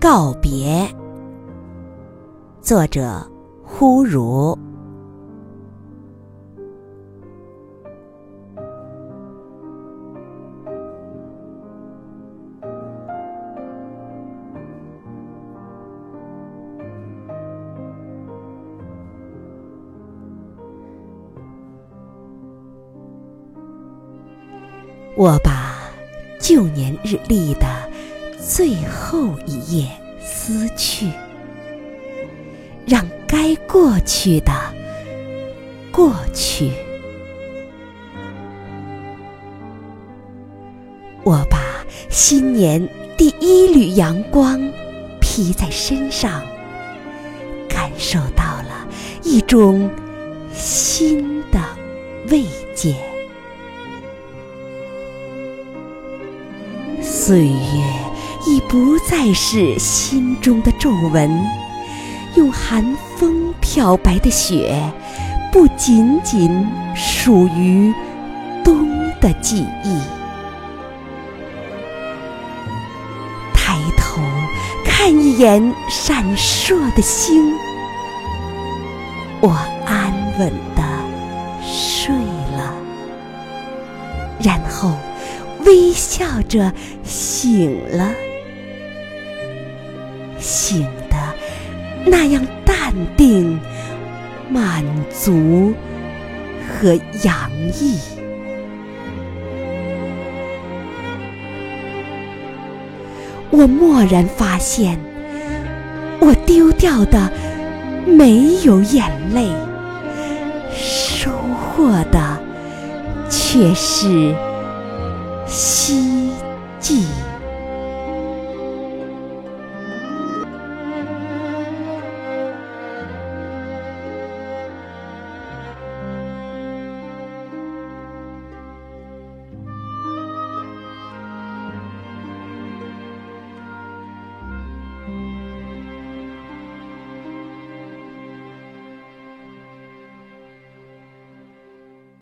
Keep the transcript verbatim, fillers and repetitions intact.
告别，作者呼如。我把旧年日历的最后一页撕去，让该过去的过去。我把新年第一缕阳光披在身上，感受到了一种新的慰藉。岁月已不再是心中的皱纹，用寒风漂白的雪，不仅仅属于冬的记忆。抬头看一眼闪烁的星，我安稳地睡了，然后微笑着醒了，醒得那样淡定、满足和洋溢。我蓦然发现，我丢掉的没有眼泪，收获的却是希冀。